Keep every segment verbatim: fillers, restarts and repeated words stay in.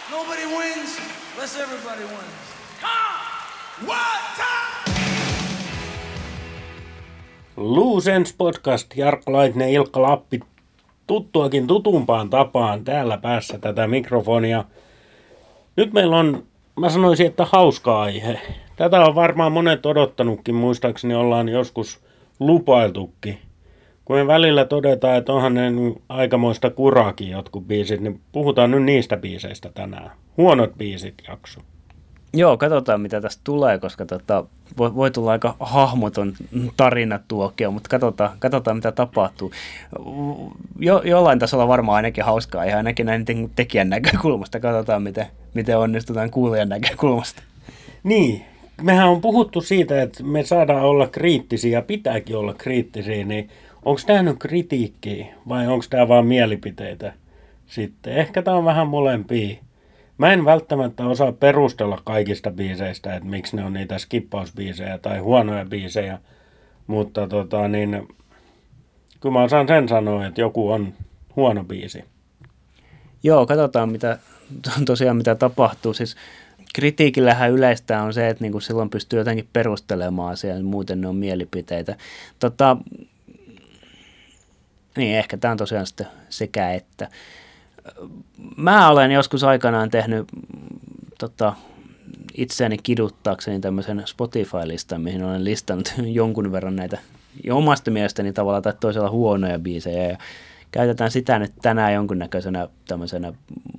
Nobody wins unless everybody wins. Come! One time! Loose Ends Podcast, Jarkko Laitinen, Ilkka Lappi, tuttuakin tutumpaan tapaan täällä päässä tätä mikrofonia. Nyt meillä on, mä sanoisin, että hauska aihe. Tätä on varmaan monet odottanutkin, muistaakseni ollaan joskus lupailtukin. Kun me välillä todetaan, että onhan ne aikamoista kuraakin jotkut biisit, niin puhutaan nyt niistä biiseistä tänään. Huonot biisit jakso. Joo, katsotaan mitä tästä tulee, koska tota, voi, voi tulla aika hahmoton tarinatuokio, mutta katsotaan, katsotaan mitä tapahtuu. Jo, jollain tasolla varmaan ainakin hauskaa, ihan ainakin näin tekijän näkökulmasta. Katsotaan, miten, miten onnistutaan kuulijan näkökulmasta. Niin, mehän on puhuttu siitä, että me saadaan olla kriittisiä ja pitääkin olla kriittisiä, niin onko tämä nyt kritiikkiä vai onko tämä vaan mielipiteitä sitten? Ehkä tämä on vähän molempia. Mä en välttämättä osaa perustella kaikista biiseistä, että miksi ne on niitä skippausbiisejä tai huonoja biisejä, mutta tota niin, kyllä mä osaan sen sanoa, että joku on huono biisi. Joo, katsotaan mitä, tosiaan mitä tapahtuu. Siis kritiikillähän yleistä on se, että niinku silloin pystyy jotenkin perustelemaan asiaa, muuten ne on mielipiteitä. Tota, niin, ehkä tämä on tosiaan sitten sekä että. Mä olen joskus aikanaan tehnyt tota, itseäni kiduttaakseni tämmöisen Spotify-listan, mihin olen listannut jonkun verran näitä omasta mielestäni tavalla tai toisella huonoja biisejä. Ja käytetään sitä nyt tänään jonkunnäköisenä tämmöisenä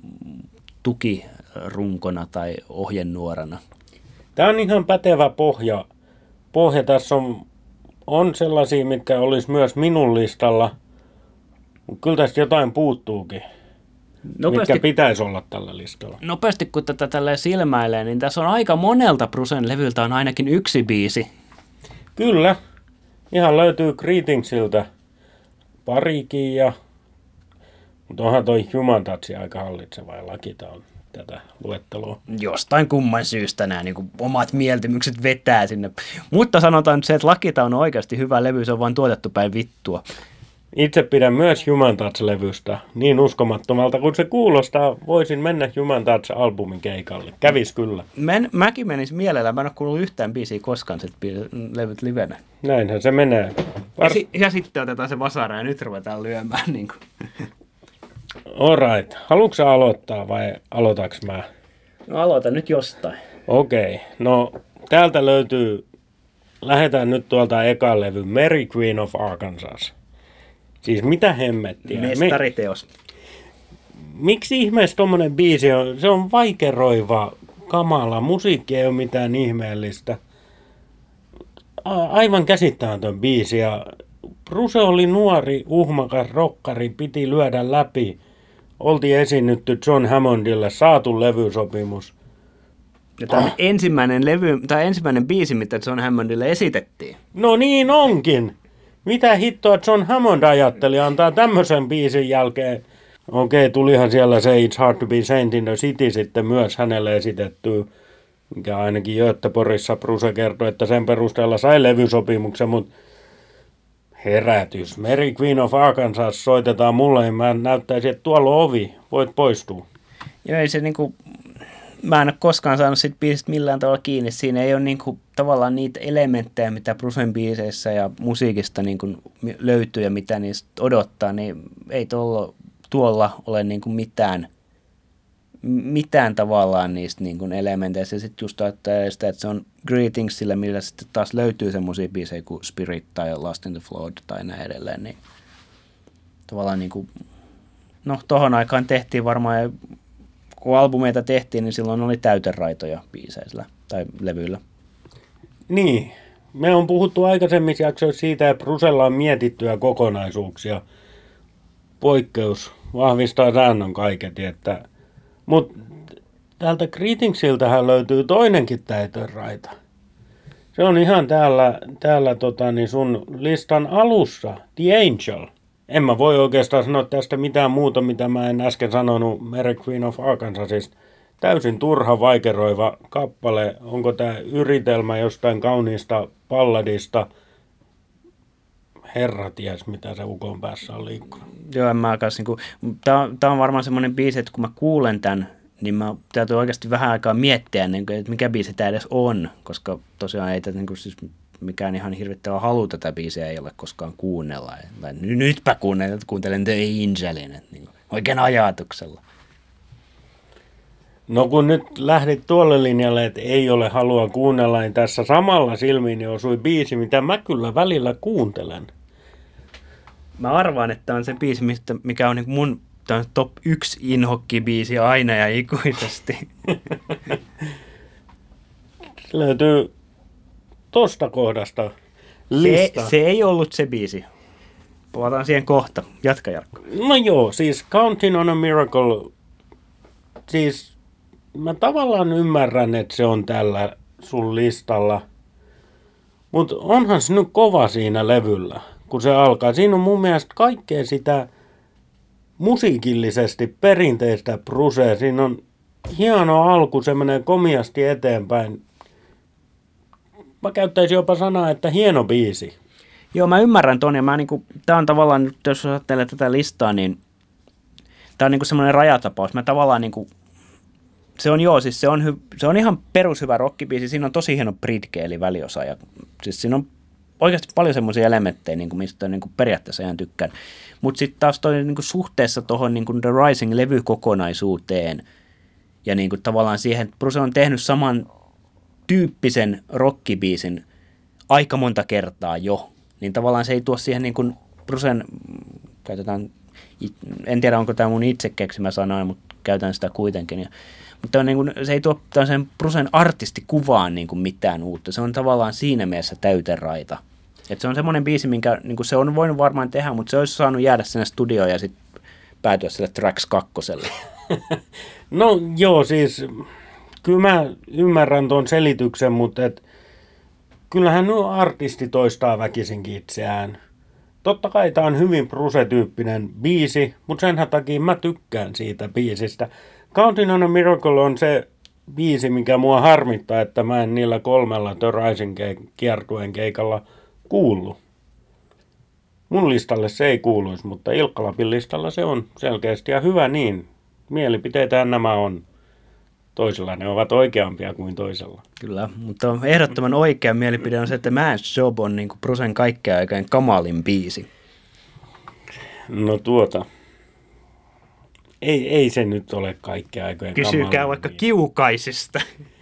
tukirunkona tai ohjenuorana. Tämä on ihan pätevä pohja. Pohja tässä on, on sellaisia, mitkä olisi myös minun listalla, mutta kyllä tästä jotain puuttuukin. Nopeasti, mitkä pitäisi olla tällä listalla. Nopeasti kun tätä tälleen silmäilee, niin tässä on aika monelta Brucen levyltä on ainakin yksi biisi. Kyllä. Ihan löytyy Greetingsiltä parikin, ja mutta onhan toi Human Touch aika hallitseva ja lakita on tätä luettelua. Jostain kumman syystä nämä niin kuin omat mieltymykset vetää sinne. Mutta sanotaan nyt se, että lakita on oikeasti hyvä levy, se on vain tuotettu päin vittua. Itse pidän myös Human Touch-levystä niin uskomattomalta, kun se kuulostaa. Voisin mennä Human Touch-albumin keikalle. Kävis kyllä. Men, mäkin menisin mielellä. Mä en ole kuullut yhtään biisiä koskaan sit levyt livenä. Näinhän se menee. Var... Ja, si- ja sitten otetaan se vasara ja nyt ruvetaan lyömään. Niin kuin. Alright. Haluatko aloittaa vai aloitaks mä? No aloita nyt jostain. Okei. Okay. No täältä löytyy, lähdetään nyt tuolta ekan levy, Mary Queen of Arkansas. Siis mitä hemmettiä? Mestariteos. Me... Miksi ihmeessä tommonen biisi on? Se on vaikeroiva, kamala. Musiikki ei ole mitään ihmeellistä. A- aivan käsittämätön biisi. Ja Bruce oli nuori, uhmakas rokkari, piti lyödä läpi. Oltiin esiinnytty John Hammondille, saatu levysopimus. Ja tämä on ah. ensimmäinen levy, tai ensimmäinen biisi, mitä John Hammondille esitettiin. No niin onkin. Mitä hittoa John Hammond ajatteli antaa tämmöisen biisin jälkeen? Okei, tulihan siellä se It's Hard to be Saint in the City sitten myös hänelle esitetty, mikä ainakin Göteborgissa Bruce kertoi, että sen perusteella sai levysopimuksen, mutta herätys. Mary Queen of Arkansas soitetaan mulle, ja mä näyttäisin, että tuolla on ovi, voit poistua. Joo, ei se niinku, mä en ole koskaan saanut siitä biisistä millään tavalla kiinni. Siinä ei ole niinku tavallaan niitä elementtejä, mitä Brucen biiseissä ja musiikista niinku löytyy ja mitä niistä odottaa, niin ei tuolla, tuolla ole niinku mitään, mitään tavallaan niistä niinku elementeistä. Ja sitten just ajattelee sitä, että se on Greetingsillä, millä sitten taas löytyy semmoisia biisejä kuin Spirit tai Lost in the Flood tai näin edelleen. Niin tavallaan niinku, no tohon aikaan tehtiin varmaan, kun albumeita tehtiin, niin silloin oli täyteraitoja biiseillä tai levyillä. Niin. Me on puhuttu aikaisemmissa jaksoissa siitä, että Brucella on mietittyjä kokonaisuuksia. Poikkeus vahvistaa säännön kaiketi. Että... Mutta täältä Greetingsiltähän löytyy toinenkin täyteraita. Se on ihan täällä, täällä tota, niin sun listan alussa, The Angel. En mä voi oikeastaan sanoa tästä mitään muuta, mitä mä en äsken sanonut Mary Queen of Arkansasista. Täysin turha, vaikeroiva kappale. Onko tämä yritelmä jostain kauniista balladista? Herra ties, mitä se ukon päässä on liikkunut. Joo, en mä alkaisi. Niin tämä on, on varmaan semmoinen biisi, että kun mä kuulen tämän niin mä täytyy oikeasti vähän aikaa miettiä, niin kuin, että mikä biisi tämä edes on, koska tosiaan ei tätä, niin kuin, siis mikään ihan hirvittävä halu tätä biisiä ei ole koskaan kuunnella. Tai nytpä kuuntelen, kuuntelen The Angelin, että niin, oikein ajatuksella. No kun nyt lähdit tuolle linjalle, että ei ole halua kuunnella, niin tässä samalla silmiin osui biisi, mitä mä kyllä välillä kuuntelen. Mä arvaan, että on se biisi, mikä on niin mun top yksi inhokki-biisi aina ja ikuisesti. Se löytyy tosta kohdasta lista. Se, se ei ollut se biisi. Palataan siihen kohta. Jatka, Jarkko. No joo, siis Counting on a Miracle, siis mä tavallaan ymmärrän, että se on tällä sun listalla, mutta onhan se nyt kova siinä levyllä, kun se alkaa. Siinä on mun mielestä kaikkea sitä musiikillisesti perinteistä Brucea. Siinä on hieno alku, se menee komiasti eteenpäin. Mä käyttäisin jopa sanaa, että hieno biisi. Joo, mä ymmärrän ton, ja mä niinku, tää on tavallaan, nyt jos ajattelee tätä listaa, niin tää on niinku semmoinen rajatapaus. Mä tavallaan niinku, se on joo, siis se on, hy, se on ihan perushyvä rockibiisi, siinä on tosi hieno bridge, eli väliosa, ja siis siinä on oikeasti paljon semmoisia elementtejä, niinku, mistä niinku periaatteessa ihan tykkään. Mutta sitten taas toi niinku suhteessa tuohon niinku The Rising-levykokonaisuuteen, ja niinku tavallaan siihen, että Bruce on tehnyt saman tyyppisen rockibiisin aika monta kertaa jo, niin tavallaan se ei tuo siihen niin kuin Brucen, käytetään, en tiedä onko tämä mun itse keksimä sana, mutta käytän sitä kuitenkin. Ja, mutta on niin kuin, se ei tuo sen Brucen artistikuvaan niin kuin mitään uutta. Se on tavallaan siinä mielessä täyteraita. Et se on semmoinen biisi, minkä niin kuin se on voinut varmaan tehdä, mutta se olisi saanut jäädä sinne studioon ja sitten päätyä sille Tracks kakkoselle. No joo, siis kyllä mä ymmärrän tuon selityksen, mutta et, kyllähän nuo artisti toistaa väkisinkin itseään. Totta kai tämä on hyvin Bruce-tyyppinen biisi, mutta sen takia mä tykkään siitä biisistä. Counting on a Miracle on se biisi, mikä mua harmittaa, että mä en niillä kolmella The Rising kiertueen keikalla kuullut. Mun listalle se ei kuuluisi, mutta Ilkka-Lapin listalla se on selkeästi ja hyvä niin. Mielipiteetään nämä on. Toisella ne ovat oikeampia kuin toisella. Kyllä, mutta ehdottoman oikea mielipide on se, että Man's Job on niin kuin Brucen kaikkea aikaan kamalin biisi. No tuota, ei, ei se nyt ole kaikkea aikojen kamalin Kysykää vaikka biisi. Kiukaisista.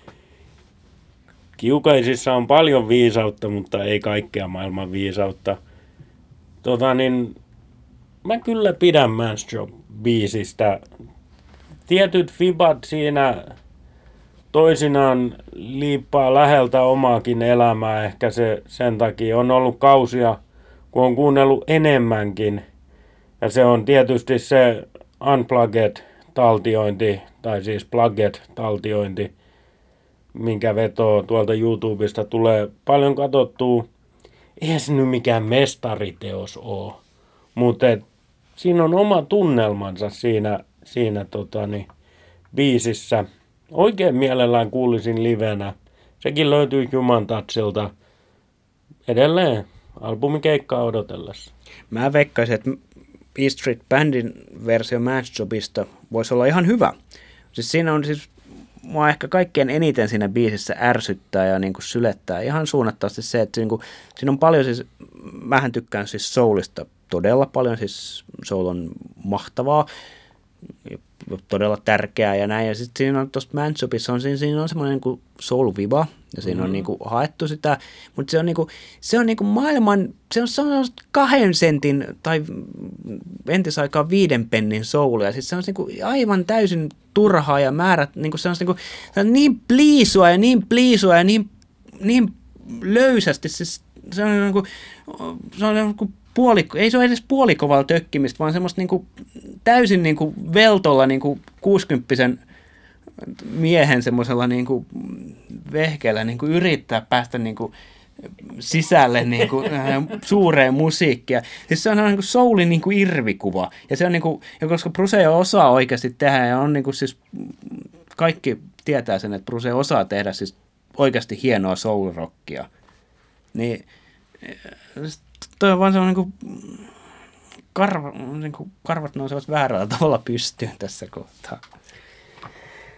Kiukaisissa on paljon viisautta, mutta ei kaikkea maailman viisautta. Tota niin, mä kyllä pidän Man's Job-biisistä. Tietyt fibat siinä toisinaan liippaa läheltä omaakin elämää. Ehkä se sen takia on ollut kausia, kun on kuunnellut enemmänkin. Ja se on tietysti se Unplugged-taltiointi, tai siis Plugged-taltiointi, minkä vetoo tuolta YouTubesta tulee paljon katsottua. Eihän se nyt mikään mestariteos ole, mutta siinä on oma tunnelmansa siinä, siinä totani, biisissä. Oikein mielellään kuulisin livenä. Sekin löytyy Human Touchilta edelleen albumikeikkaa odotellessa. Mä veikkaisin, että E Street Bandin versio Man's Jobista voisi olla ihan hyvä. Siis siinä on siis, mua ehkä kaikkein eniten siinä biisissä ärsyttää ja niin kuin sylettää ihan suunnattavasti se, että niin kuin, siinä on paljon siis, mähän tykkään siis soulista todella paljon, siis soul on mahtavaa, todella tärkeää ja näin. Ja sitten siinä on tuossa Man's Jobissa on, siinä, siinä on semmoinen niin kuin soul-viba ja siinä mm-hmm. on niin kuin haettu sitä, mutta se on niin kuin, se on niin kuin maailman, se on, se on kahden sentin tai entisaikaan viiden pennin soulia. Siis se on niin kuin aivan täysin turhaa ja määrät, niin kuin se on niin, kuin, se on niin pliisua ja niin pliisua ja niin, niin löysästi. Siis se on niin kuin, se on niin kuin puoli, ei se ole edes puolikovalla tökkimistä, vaan semmoista niin kuin, täysin niin kuin veltolla niin kuin kuusikymppisen miehen semmoisella niin kuin vehkeellä niin kuin yrittää päästä niin kuin sisälle niin kuin suureen musiikkia. Siis se on niin kuin soulin niin kuin irvikuva. Ja se on niin kuin, ja koska Bruce osaa oikeasti tehdä ja on niin kuin siis kaikki tietää sen, että Bruce osaa tehdä siis oikeasti hienoa soul-rockia. Niin toi on vaan se on niin kuin Karva, niin kuin karvat nousevat väärällä tavalla pystyyn tässä kohtaa.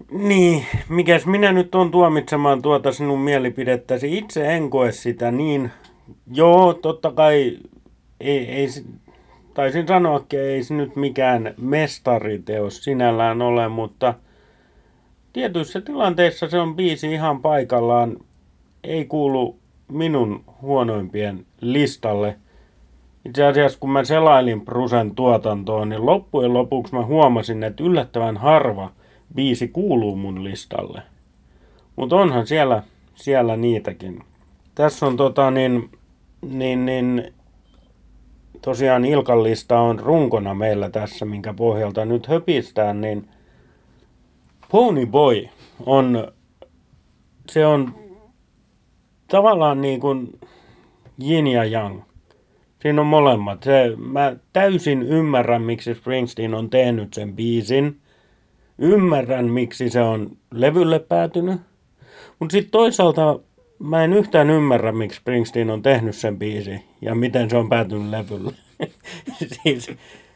Niin, mikäs minä nyt on tuomitsemaan tuota sinun mielipidettäsi? Itse en koe sitä niin. Joo, totta kai, ei, ei, s- taisin sanoakin, ei se nyt mikään mestariteos sinällään ole, mutta tietyissä tilanteissa se on biisi ihan paikallaan. Ei kuulu minun huonoimpien listalle. Itse asiassa kun mä selailin Brucen tuotantoa, niin loppujen lopuksi mä huomasin, että yllättävän harva biisi kuuluu mun listalle. Mutta onhan siellä, siellä niitäkin. Tässä on tota niin, niin, niin tosiaan Ilkan lista on runkona meillä tässä, minkä pohjalta nyt höpistään, niin Pony Boy on, se on tavallaan niin kuin yin ja yang. Siinä on molemmat. Se, mä täysin ymmärrän, miksi Springsteen on tehnyt sen biisin. Ymmärrän, miksi se on levylle päätynyt. Mutta sitten toisaalta mä en yhtään ymmärrä, miksi Springsteen on tehnyt sen biisin ja miten se on päätynyt levylle. siis,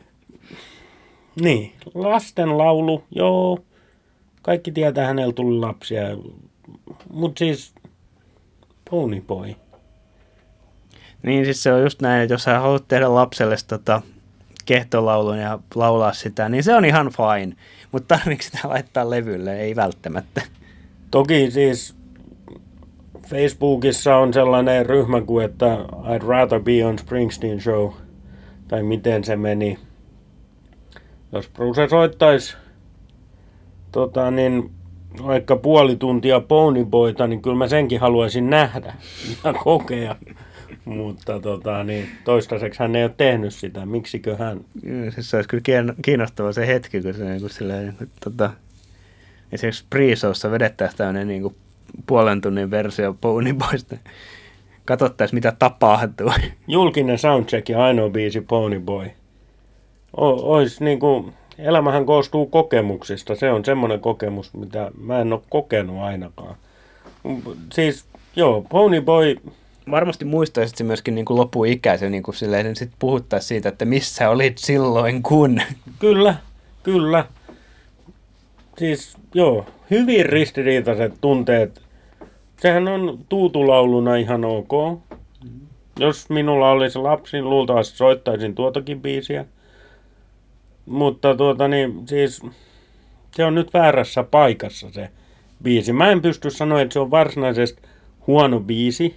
niin, lasten laulu, joo. Kaikki tietää, hänellä tuli lapsia. Mutta siis Pony Boy. Niin siis se on just näin, että jos sä haluat tehdä lapselle tota kehtolaulun ja laulaa sitä, niin se on ihan fine. Mutta tarvitsetko sitä laittaa levylle? Ei välttämättä. Toki siis Facebookissa on sellainen ryhmä kuin, että I'd rather be on Springsteen show, tai miten se meni. Jos Bruce soittaisi tota, niin, vaikka puoli tuntia Pony Boyta, niin kyllä mä senkin haluaisin nähdä ja kokea. Mutta tota, niin, toistaiseksi hän ei ole tehnyt sitä. Miksikö hän? Joo, siis se olisi kyllä kiinnostava se hetki, kun se niin kuin silleen, niin kuin, tota, esimerkiksi pre-showssa vedettäisiin tämmöinen niin kuin puolen tunnin versio Pony Boysta. Katsottaisiin, mitä tapahtuu. Julkinen soundcheck ja ainoa biisi Pony Boy. O- ois niinku, elämähän koostuu kokemuksista. Se on semmoinen kokemus, mitä mä en ole kokenut ainakaan. Siis, joo, Pony Boy, Varmasti muistaisit se myöskin niin kuin lopuikäisen, niin kuin silleen, niin sitten puhuttaisiin siitä, että missä olit silloin kun. kyllä, kyllä. Siis, joo, hyvin ristiriitaiset tunteet. Sehän on tuutulauluna ihan ok. Jos minulla olisi lapsi, luultavasti soittaisin tuotakin biisiä. Mutta tuota niin, siis se on nyt väärässä paikassa se biisi. Mä en pysty sanoa, että se on varsinaisesti huono biisi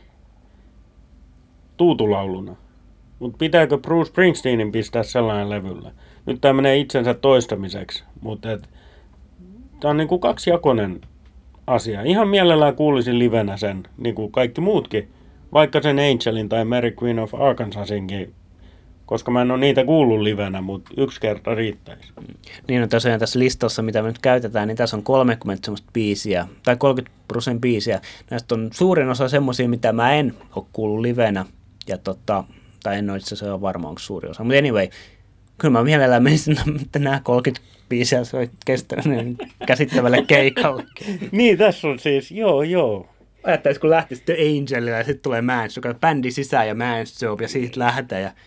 tuutulauluna. Mutta pitääkö Bruce Springsteenin pistää sellainen levyllä? Nyt tämä menee itsensä toistamiseksi, mutta tämä on niinku kaksijakoinen asia. Ihan mielellään kuulisin livenä sen, niin kuin kaikki muutkin. Vaikka sen Angelin tai Mary Queen of Arkansasinkin, koska mä en ole niitä kuullut livenä, mutta yksi kerta riittäisi. Niin on tosiaan tässä listassa, mitä me nyt käytetään, niin tässä on kolmekymmentä semmoista biisiä, tai kolmekymmentä prosenttia biisiä. Näistä on suurin osa semmoisia, mitä mä en ole kuullut livenä, ja tota, tai en ole itse asiassa varma, onko suuri osa. Mutta anyway, kyllä mä mielellään menisin, että nämä kolmekymmentä biisiä soit kestänyt käsittävälle keikalle. Niin, tässä on siis, joo, joo. Ajattaisi, kun lähtisi The Angelilla ja sitten tulee Mans, joka on bändi sisään ja Mans Job ja siitä lähtee. Ja...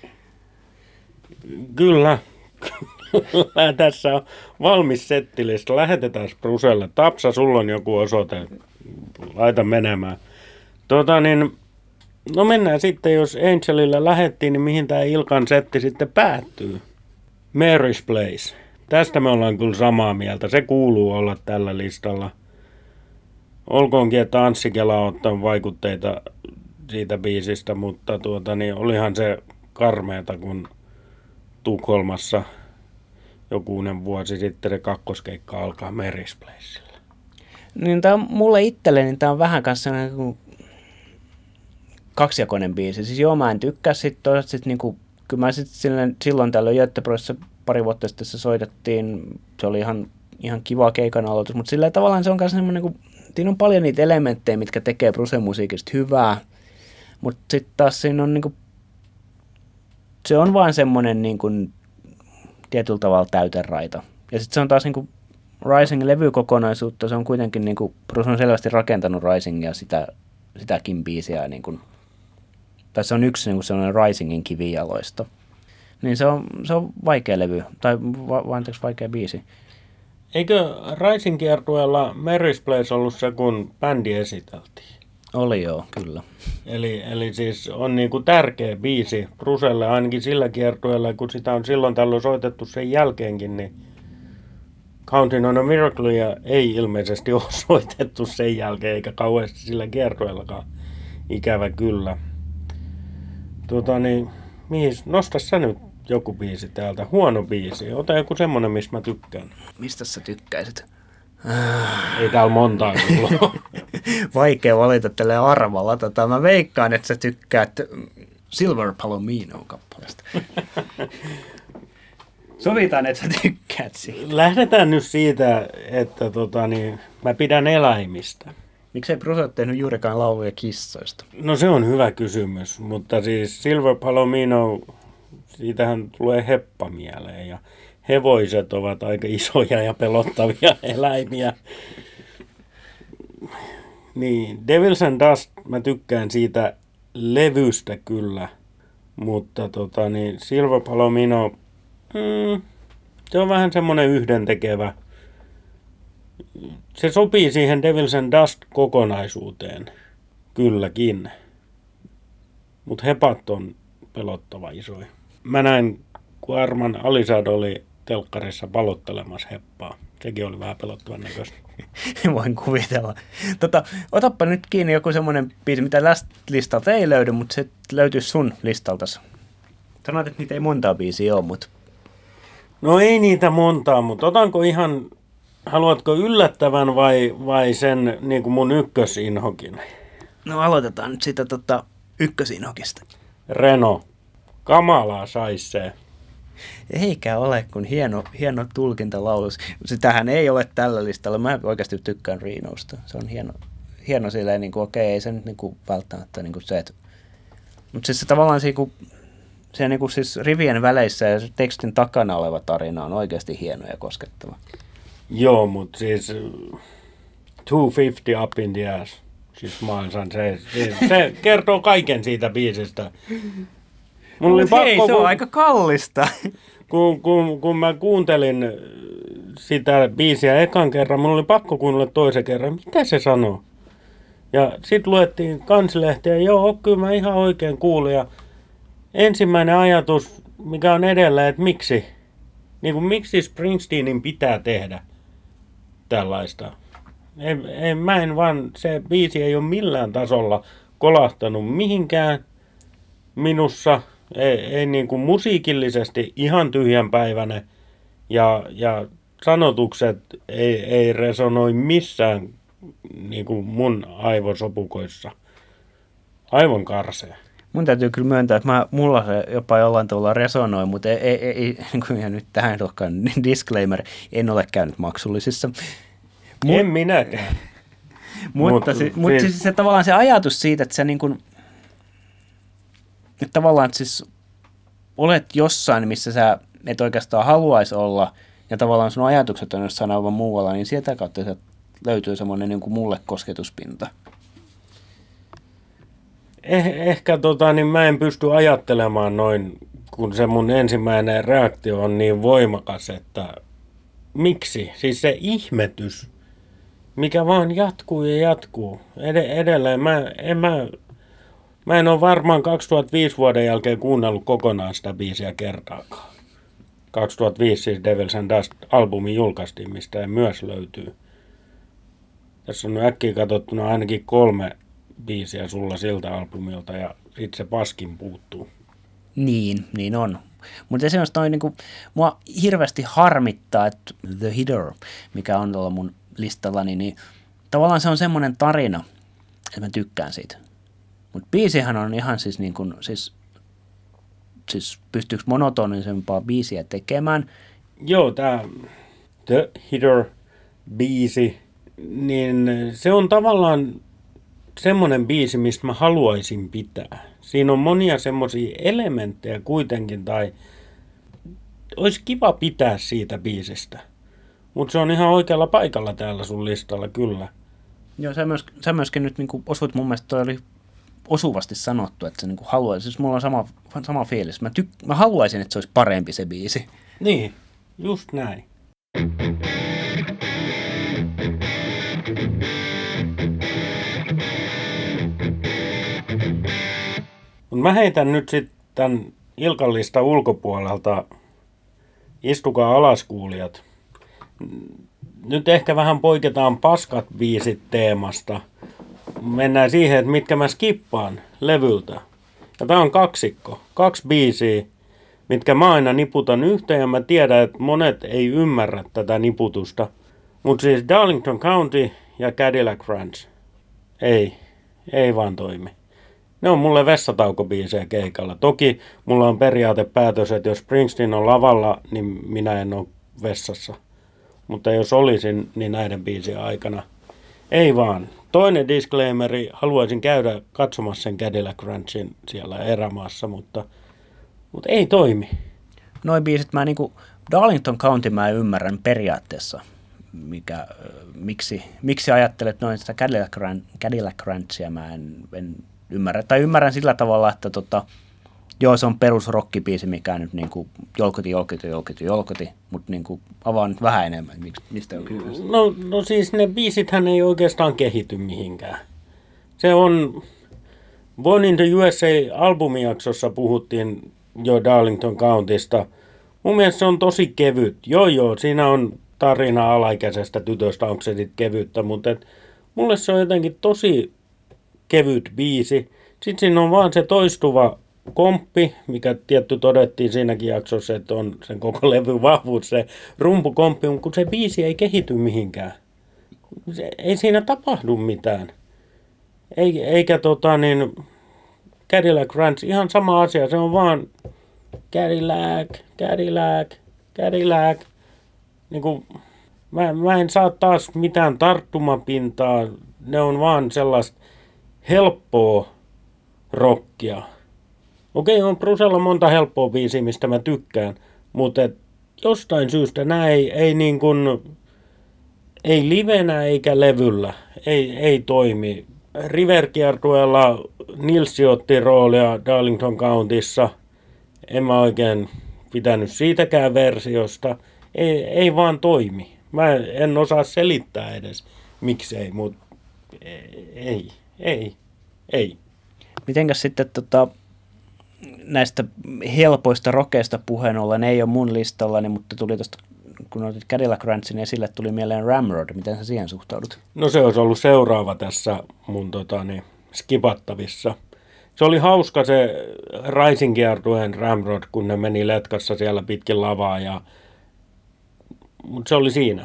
Kyllä. Kyllä, tässä on valmis settilista. Lähetetään Brucelle. Tapsa, sulla on joku osoite. Laita menemään. Tota niin, no mennään sitten, jos Angelilla lähettiin, niin mihin tämä Ilkan setti sitten päättyy? Mary's Place. Tästä me ollaan kyllä samaa mieltä. Se kuuluu olla tällä listalla. Olkoonkin, että Anssi Kela on ottanut vaikutteita siitä biisistä, mutta tuota, niin olihan se karmeeta, kun Tukholmassa jokunen vuosi sitten se kakkoskeikka alkaa Mary's Placella. Niin tämä on mulle itselleni, tämä on vähän kanssa sellainen kuin kaksijakoinen biisi. Siis joo, mä en tykkää sitten toisaalta sitten niinku, kyllä mä sitten silloin, silloin tällöin Göteborgissa pari vuotta sitten se soitettiin, se oli ihan, ihan kiva keikan aloitus, mutta sillä tavallaan se on myös semmoinen, kun siinä on paljon niitä elementtejä, mitkä tekee Brucen musiikista hyvää, mutta sitten taas siinä on niinku, se on vaan semmoinen niinku tietyllä tavalla täyteraita. Ja sitten se on taas niinku Rising-levykokonaisuutta, se on kuitenkin niinku, Bruce on selvästi rakentanut Risingia sitä, sitäkin biisiä niinku, tai se on yksi niinku sellainen Risingin kivijaloista. Niin se on, se on vaikea levy, tai va, va, anteeksi, vaikea biisi. Eikö Raisin kiertueella Mary's Place ollut se, kun bändi esiteltiin? Oli joo, kyllä. Eli, eli siis on niinku tärkeä biisi Brucelle ainakin sillä kiertueella, kun sitä on silloin tällöin soitettu sen jälkeenkin, niin Counting on a Miraclea ei ilmeisesti ole soitettu sen jälkeen, eikä kauheasti sillä kiertueellakaan, ikävä kyllä. Tota niin, mihin, nosta sä nyt joku biisi täältä, huono biisi, ota joku semmonen, missä mä tykkään. Mistä sä tykkäisit? Ei täällä montaa kyllä. Vaikea valita tälle arvalla. Tota, mä veikkaan, että sä tykkäät Silver Palomino kappaleesta. Sovitaan, että sä tykkäät siitä. Lähdetään nyt siitä, että tota, niin, mä pidän eläimistä. Miksei Bruce ole tehnyt juurikaan lauluja kissoista? No se on hyvä kysymys, mutta siis Silver Palomino, siitähän tulee heppa mieleen ja hevoiset ovat aika isoja ja pelottavia eläimiä. Niin, Devils and Dust, mä tykkään siitä levystä kyllä, mutta tota niin, Silver Palomino, mm, se on vähän semmoinen yhdentekevä. Se sopii siihen Devils and Dust kokonaisuuteen, kylläkin, mutta hepat on pelottava isoja. Mä näin, kun Arman Alisad oli telkkarissa palottelemassa heppaa. Sekin oli vähän pelottavan näköistä. Voin kuvitella. Tota, otappa nyt kiinni joku semmoinen biisi, mitä listalta ei löydy, mutta se löytyy sun listaltasi. Sanoit, että niitä ei montaa biisiä ole, mutta... No ei niitä montaa, mutta otanko ihan, haluatko yllättävän vai, vai sen niin kuin mun ykkösinhokin? No aloitetaan nyt sitä tota, ykkösinhokista. Reno. Kamalaa sais se. Eikä ole, kun hieno, hieno tulkinta laulus. Sitähän ei ole tällä listalla. Mä oikeasti tykkään Renosta. Se on hieno, hieno silleen, niin kuin, okei, ei se nyt niin kuin, välttämättä niin kuin se, että... Mutta siis se tavallaan se, kun, se niin kuin, siis rivien väleissä ja tekstin takana oleva tarina on oikeasti hieno ja koskettava. Joo, mutta siis two fifty up in the ass. Siis maailman se, se, se kertoo kaiken siitä biisistä. Mulla oli pakko, hei, se on kun, aika kallista. Kun, kun, kun mä kuuntelin sitä biisiä ekan kerran, mulla oli pakko kuunnella toisen kerran. Mitä se sanoo? Ja sit luettiin kansilehtiä, joo, kyllä mä ihan oikein kuulin. Ja ensimmäinen ajatus, mikä on edellä, että miksi? Niin kuin, miksi Springsteenin pitää tehdä tällaista? Ei, ei, mä en vaan, se biisi ei ole millään tasolla kolahtanut mihinkään minussa. Ei, ei niin kuin musiikillisesti ihan tyhjänpäiväinen ja, ja sanotukset ei, ei resonoi missään niin kuin mun aivosopukoissa. Aivan karsea. Mun täytyy kyllä myöntää, että mä, mulla se jopa jollain tavalla resonoi, mutta ei, ei, ei ja nyt tähän olekaan disclaimer, en ole käynyt maksullisissa. Mut, en minäkään. mutta Mut, si, mut siis, siis se tavallaan se ajatus siitä, että sä niin kuin, että tavallaan että siis olet jossain, missä sä et oikeastaan haluaisi olla, ja tavallaan sun ajatukset on jossain aivan muualla, niin sieltä kautta se löytyy semmoinen niin kuin mulle kosketuspinta. Eh, ehkä tota, niin mä en pysty ajattelemaan noin, kun se mun ensimmäinen reaktio on niin voimakas, että miksi? Siis se ihmetys, mikä vaan jatkuu ja jatkuu. Ed- edelleen mä en, mä, mä en ole varmaan kaksituhattaviisi vuoden jälkeen kuunnellut kokonaan sitä biisiä kertaakaan. kaksituhattaviisi siis Devils and Dust-albumi julkaistiin, mistä myös löytyy. Tässä on nyt äkkiä katsottuna ainakin kolme biisiä sulla siltä albumilta ja sit se paskin puuttuu. Niin, niin on. Mutta se on toi niinku, mua hirveästi harmittaa, että The Hitter, mikä on tuolla mun listallani, niin tavallaan se on semmoinen tarina, että mä tykkään siitä. Mutta biisihän on ihan siis niin kuin, siis, siis pystyykö monotonisempaa biisiä tekemään? Joo, tää The Hitter biisi, niin se on tavallaan semmoinen biisi, mistä mä haluaisin pitää. Siinä on monia semmoisia elementtejä kuitenkin, tai olisi kiva pitää siitä biisistä. Mutta se on ihan oikealla paikalla täällä sun listalla, kyllä. Joo, sä, myös, sä myöskin nyt niin osut, mun mielestä toi oli osuvasti sanottu, että sä niin haluaisit, siis mulla on sama, sama fiilis. Mä, tyk, mä haluaisin, että se olisi parempi se biisi. Niin, just näin. Mutta mä heitän nyt sitten tämän Ilkallista ulkopuolelta. Istukaa alas kuulijat. Nyt ehkä vähän poiketaan paskat biisit teemasta. Mennään siihen, että mitkä mä skippaan levyltä. Ja tää on kaksikko. Kaksi biisiä, mitkä mä aina niputan yhteen ja mä tiedän, että monet ei ymmärrä tätä niputusta. Mutta siis Darlington County ja Cadillac Ranch. Ei, ei vaan toimi. Ne on mulle vessataukobiisejä keikalla. Toki mulla on periaatepäätös, että jos Springsteen on lavalla, niin minä en ole vessassa. Mutta jos olisin, niin näiden biisien aikana. Ei vaan. Toinen disclaimeri, haluaisin käydä katsomassa sen Cadillac Ranchin siellä erämaassa, mutta, mutta ei toimi. Noin biisit mä niinku, Darlington County mä ymmärrän periaatteessa, mikä, miksi, miksi ajattelet noin sitä Cadillac, Ran, Cadillac Ranchia mä en, en ymmärrä. Tai ymmärrän sillä tavalla, että tota, joo, se on perusrockibiisi, mikä nyt niinku jolkoti, jolkoti, jolkoti, jolkoti, mutta niinku avaan nyt vähän enemmän, mistä on kysymys. No, no siis ne biisithän ei oikeastaan kehity mihinkään. Se on, Born in the U S A-albumijaksossa puhuttiin jo Darlington Countysta. Mun mielestä se on tosi kevyt. Joo joo, siinä on tarina alaikäisestä tytöstä, onko se sitten kevyttä, mutta et, mulle se on jotenkin tosi kevyt biisi. Sitten siinä on vaan se toistuva komppi, mikä tietty todettiin siinäkin jaksossa, että on sen koko levyn vahvuus, se rumpukomppi, mutta kun se biisi ei kehity mihinkään. Se, ei siinä tapahdu mitään. Ei, eikä tota niin, Cadillac Ranch, ihan sama asia, se on vaan Cadillac, Cadillac, Cadillac. Niin kuin, mä, mä en saa taas mitään tarttumapintaa, ne on vaan sellaista helppoa rockia. Okei, on Brusella monta helppoa biisiä, mistä mä tykkään, mutta et jostain syystä nämä ei, ei, niin kuin, ei livenä eikä levyllä, ei, ei toimi. River-kiertueella Nilsi otti roolia Darlington Countyssa, en mä oikein pitänyt siitäkään versiosta, ei, ei vaan toimi. Mä en osaa selittää edes, miksei, mutta ei, ei, ei. Mitenkäs sitten tota, näistä helpoista rokeista puheen ollen, ei ole mun listallani, mutta tuli tuosta, kun otit Cadillac Ranchin esille, tuli mieleen Ramrod. Miten sä siihen suhtaudut? No se olisi ollut seuraava tässä mun tota, niin, skipattavissa. Se oli hauska se Rising kiertueen Ramrod, kun ne meni letkassa siellä pitkin lavaa, ja... mutta se oli siinä.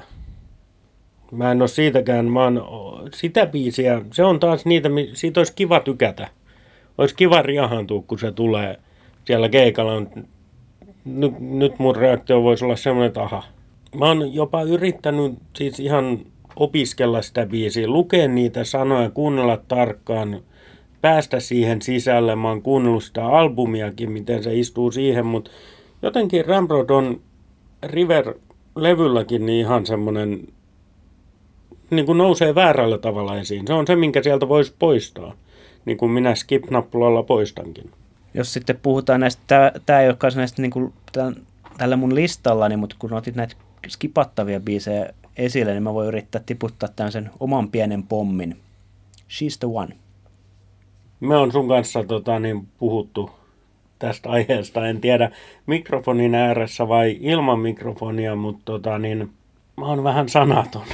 Mä en ole siitäkään, mä oon sitä biisiä, se on taas niitä, siitä olisi kiva tykätä. Olisi kiva riahantua, kun se tulee siellä keikalla. Nyt, nyt mun reaktio voisi olla semmoinen, että aha. Mä oon jopa yrittänyt siis ihan opiskella sitä biisiä, lukea niitä sanoja, kuunnella tarkkaan, päästä siihen sisälle. Mä oon kuunnellut sitä albumiakin, miten se istuu siihen, mutta jotenkin Ramrod on River-levylläkin niin ihan semmoinen, niin kuin nousee väärällä tavalla esiin. Se on se, minkä sieltä voisi poistaa. Niin kuin minä skip-nappulalla poistankin. Jos sitten puhutaan näistä, tämä ei olekaan näistä niin kuin tämän, tällä mun listallani, mutta kun otit näitä skipattavia biisejä esille, niin mä voin yrittää tiputtaa tämmöisen oman pienen pommin. She's the one. Me on sun kanssa tota, niin, puhuttu tästä aiheesta, en tiedä mikrofonin ääressä vai ilman mikrofonia, mutta tota, niin, mä oon vähän sanaton.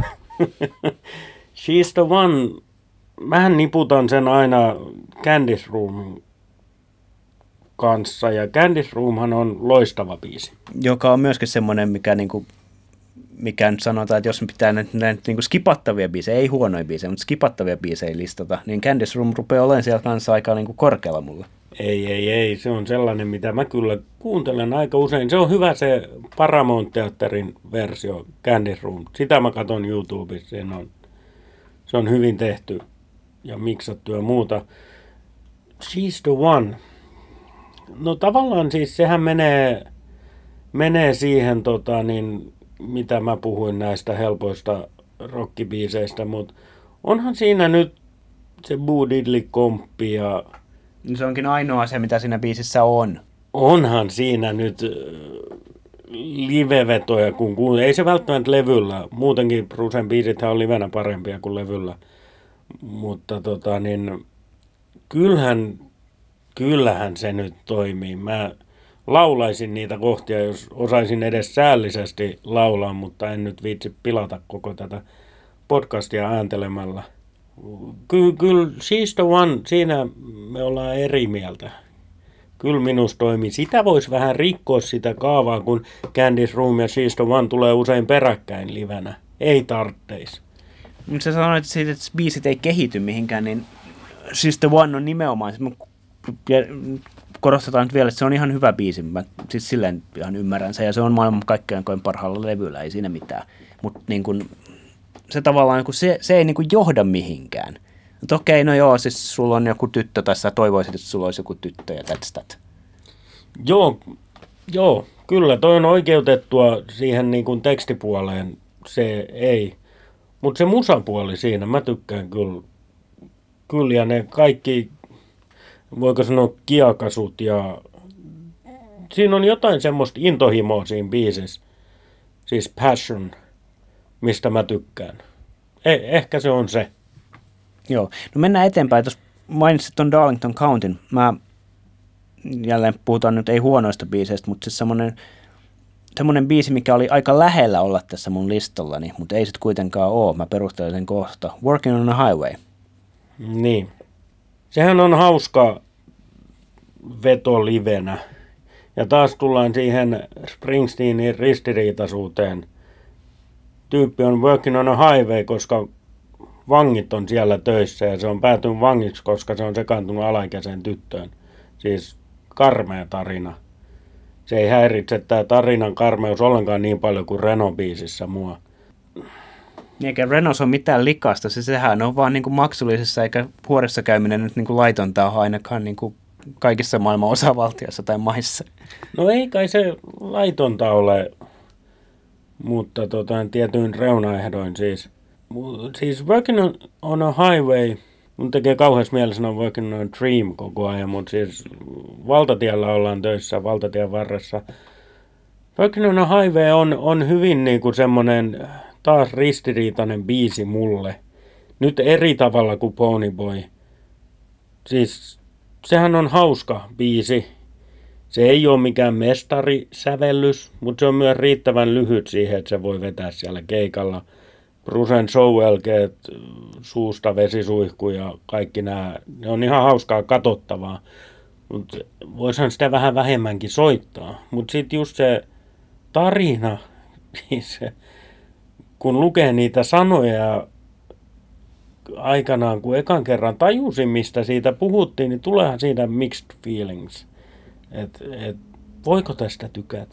She's the one. Mähän niputan sen aina Candice Roomin kanssa, ja Candice Roomhan on loistava biisi. Joka on myöskin semmoinen, mikä, niinku, mikä nyt sanotaan, että jos me pitää näitä, näitä niinku skipattavia biisejä, ei huonoja biisejä, mutta skipattavia biisejä listata, niin Candice Room rupeaa olemaan siellä kanssa aika niinku korkealla mulla. Ei, ei, ei. Se on sellainen, mitä mä kyllä kuuntelen aika usein. Se on hyvä se Paramount-teatterin versio, Candice Room. Sitä mä katson YouTubessa. Se on, se on hyvin tehty ja miksattu ja muuta. She's the one. No tavallaan siis sehän menee, menee siihen, tota, niin, mitä mä puhuin näistä helpoista rockibiiseistä, mutta onhan siinä nyt se Bo Diddley-komppi ja... Se onkin ainoa se, mitä siinä biisissä on. Onhan siinä nyt live-vetoja, kun kuun... ei se välttämättä levyllä. Muutenkin Brucen biisithän on livenä parempia kuin levyllä. Mutta tota niin, kyllähän, kyllähän se nyt toimii. Mä laulaisin niitä kohtia, jos osaisin edes säällisesti laulaa, mutta en nyt viitsi pilata koko tätä podcastia ääntelemällä. Kyllä, kyllä She's the One, siinä me ollaan eri mieltä. Kyllä minusta toimii. Sitä voisi vähän rikkoa sitä kaavaa, kun Candy's Room ja She's the One tulee usein peräkkäin livenä. Ei tartteisi. Mutta sä sanoit siitä, että biisit ei kehity mihinkään, niin She's the One on nimenomaan. Korostetaan nyt vielä, että se on ihan hyvä biisi. Mä siis silleen ihan ymmärrän sen, ja se on maailman kaikkein parhaalla levyllä, ei siinä mitään. Mutta niin kun, se tavallaan, kun se, se ei niin kun johda mihinkään. Mutta okei, no joo, siis sulla on joku tyttö, tai sä toivoisit, että sulla olisi joku tyttö, ja that's that. Joo, joo, kyllä, toi on oikeutettua siihen niin kuin tekstipuoleen, se ei. Mutta se musapuoli siinä, mä tykkään kyllä, kyllä, ja ne kaikki, voiko sanoa kiakasut, ja siinä on jotain semmoista intohimoa siinä biisissä, siis passion, mistä mä tykkään. Eh, ehkä se on se. Joo, no mennään eteenpäin. Tuossa mainitsit tuon Darlington Countyn. Mä jälleen puhutaan nyt ei huonoista biiseistä, mutta siis semmoinen, semmoinen biisi, mikä oli aika lähellä olla tässä mun listallani, mutta ei sitten kuitenkaan ole. Mä perustelen sen kohta. Working on a Highway. Niin. Sehän on hauska veto livenä. Ja taas tullaan siihen Springsteenin ristiriitaisuuteen. Tyyppi on working on a highway, koska vangit on siellä töissä ja se on päätynyt vangiksi, koska se on sekaantunut alaikäiseen tyttöön. Siis karmea tarina. Se ei häiritse tämä tarinan karmeus ollenkaan niin paljon kuin Reno-biisissä mua. Eikä Renos ole mitään likasta, se sehän on vaan niin kuin maksullisessa eikä huoressa käyminen nyt niin kuin laitonta ainakaan niin kuin kaikissa maailman osavaltioissa tai maissa. No ei kai se laitonta ole, mutta tota, tietyin reunaehdoin siis. Siis Working on, on a Highway, mun tekee kauheassa mielessä on Working on a Dream koko ajan, mutta siis valtatiellä ollaan töissä, valtatien varressa. Working on a Highway on, on hyvin niinku semmonen taas ristiriitainen biisi mulle. Nyt eri tavalla kuin Pony Boy. Siis sehän on hauska biisi. Se ei ole mikään mestarisävellys, mutta se on myös riittävän lyhyt siihen, että se voi vetää siellä keikalla. Brucen show-elkeet, suusta vesisuihku ja kaikki nämä, ne on ihan hauskaa katsottavaa. Mutta voisihan sitä vähän vähemmänkin soittaa. Mutta sitten just se tarina, siis kun lukee niitä sanoja aikanaan, kun ekan kerran tajusin, mistä siitä puhuttiin, niin tuleehan siitä mixed feelings. Et, et, voiko tästä tykätä?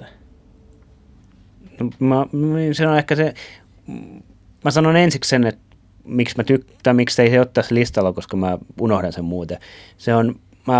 No, mä, se on ehkä se, mä sanon ensiksi sen, että miksi mä tykkään, miksi ei se ole tässä listalla, koska mä unohdan sen muuten. Se on, mä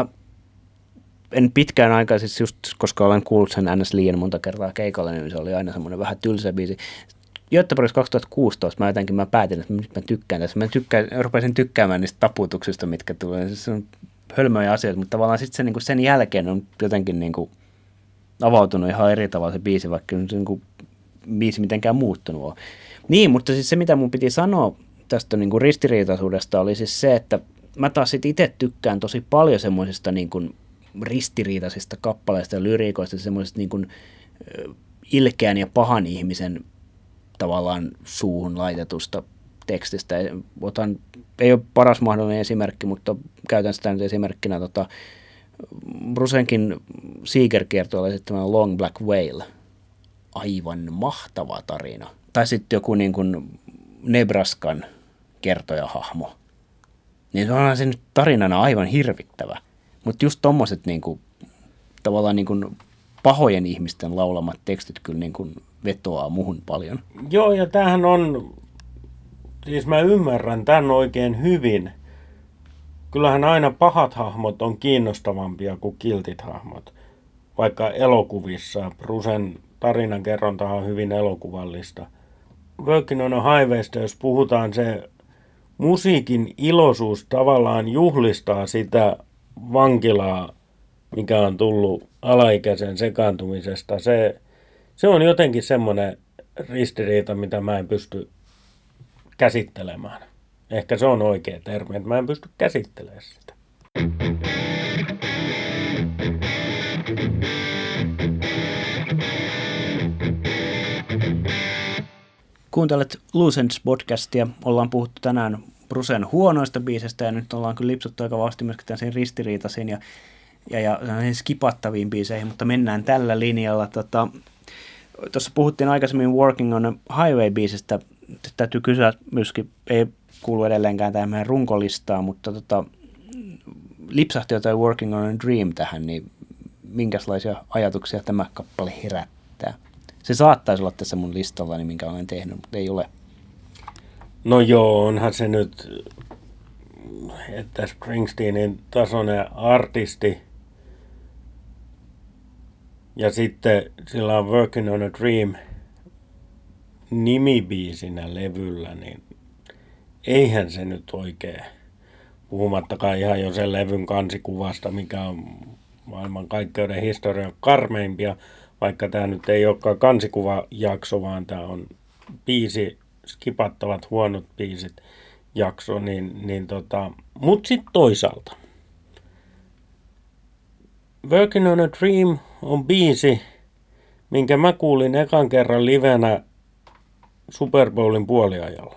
en pitkään aikaa, siis just koska olen kuullut sen N S liian monta kertaa keikalla, niin se oli aina semmoinen vähän tylsä biisi. Göteborgissa kaksituhattakuusitoista mä jotenkin mä päätin, että nyt mä tykkään tässä. Mä tykkään, rupesin tykkäämään niistä taputuksista, mitkä tulee. Se on hölmöjä asioita, mutta tavallaan sitten se, niin sen jälkeen on jotenkin niin kuin avautunut ihan eri tavalla se biisi, vaikka se niin kuin biisi mitenkään muuttunut ole. Niin, mutta siis se, mitä mun piti sanoa tästä niin kuin ristiriitaisuudesta, oli siis se, että mä taas sit itse tykkään tosi paljon semmoisista niin kuin ristiriitaisista kappaleista ja lyriikoista, semmoisista niin kuin ilkeän ja pahan ihmisen tavallaan suuhun laitetusta tekstistä. Otan, ei ole paras mahdollinen esimerkki, mutta käytän sitä nyt esimerkkinä tota, Brucenkin Seeger-kiertoilla esittämään Long Black Whale. Aivan mahtava tarina. Tai sitten joku niin kuin Nebraskan kertojahahmo. Niin onhan se nyt tarinana aivan hirvittävä. Mutta just tommoset niin kuin, tavallaan niin kuin pahojen ihmisten laulamat tekstit kyllä niin kuin vetoaa muhun paljon. Joo, ja tämähän on, siis mä ymmärrän tämän oikein hyvin. Kyllähän aina pahat hahmot on kiinnostavampia kuin kiltit hahmot. Vaikka elokuvissa, Brucen tarinankerrontahan on hyvin elokuvallista. Working on a Highwaysta, jos puhutaan, se musiikin iloisuus tavallaan juhlistaa sitä vankilaa, mikä on tullut alaikäisen sekaantumisesta. Se, se on jotenkin semmoinen ristiriita, mitä mä en pysty käsittelemään. Ehkä se on oikea termi, että mä en pysty käsittelemään sitä. Kuuntelet Loose Ends podcastia. Ollaan puhuttu tänään Brucen huonoista biiseistä ja nyt ollaan kyllä lipsuttu aika vahvasti myöskin tällaisiin ristiriitaisiin ja, ja, ja skipattaviin biiseihin, mutta mennään tällä linjalla. Tota, tuossa puhuttiin aikaisemmin Working on a Highway-biisistä. Täytyy kysyä myöskin, ei kuulu edelleenkään tähän meidän runkolistaan, mutta tota, lipsahti jotain Working on a Dream tähän, niin minkälaisia ajatuksia tämä kappale herättää? Se saattaisi olla tässä mun listallani, minkä olen tehnyt, mutta ei ole. No joo, onhan se nyt, että Springsteenin tasoinen artisti ja sitten sillä on Working on a Dream nimibiisinä levyllä, niin eihän se nyt oikein, puhumattakaan ihan jo sen levyn kansikuvasta, mikä on maailmankaikkeuden historian karmeimpia, vaikka tämä nyt ei olekaan kansikuvajakso, vaan tämä on biisi, skipattavat huonot biisit jakso, niin, niin tota, mut sitten toisaalta. Working on a Dream on biisi, minkä mä kuulin ekan kerran livenä Super Bowlin puoliajalla.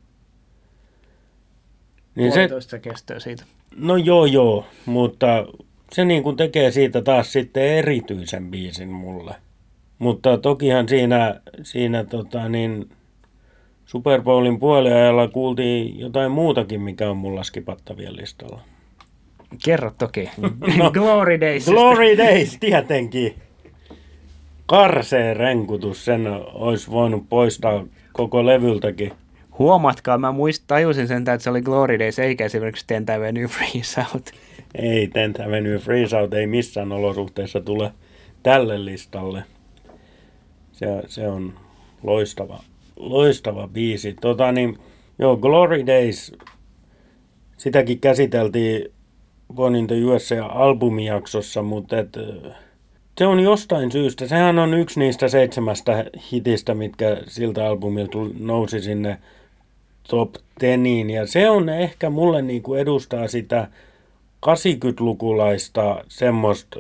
Niin puolitoista se kestää siitä. No joo joo, mutta se niin kuin tekee siitä taas sitten erityisen biisin mulle. Mutta tokihan siinä, siinä tota niin, Super Bowlin puoliajalla kuultiin jotain muutakin, mikä on mulla skipattavien listalla. Kerro toki. No, Glory Days. Glory Days, tietenkin. Karsee renkutus, sen olisi voinut poistaa koko levyltäkin. Huomatkaa, mä muist, tajusin sen, että se oli Glory Days, eikä esimerkiksi tenth Avenue Freeze Out. Ei, tenth Avenue Freeze Out ei missään olosuhteessa tule tälle listalle. Se, se on loistava, loistava biisi. Tota niin, joo, Glory Days, sitäkin käsiteltiin Born in the U S A-albumijaksossa, mutta et, se on jostain syystä, sehän on yksi niistä seitsemästä hitistä, mitkä siltä albumilta nousi sinne top teniin, ja se on ehkä mulle niinku edustaa sitä kahdeksankymmentälukulaista semmoista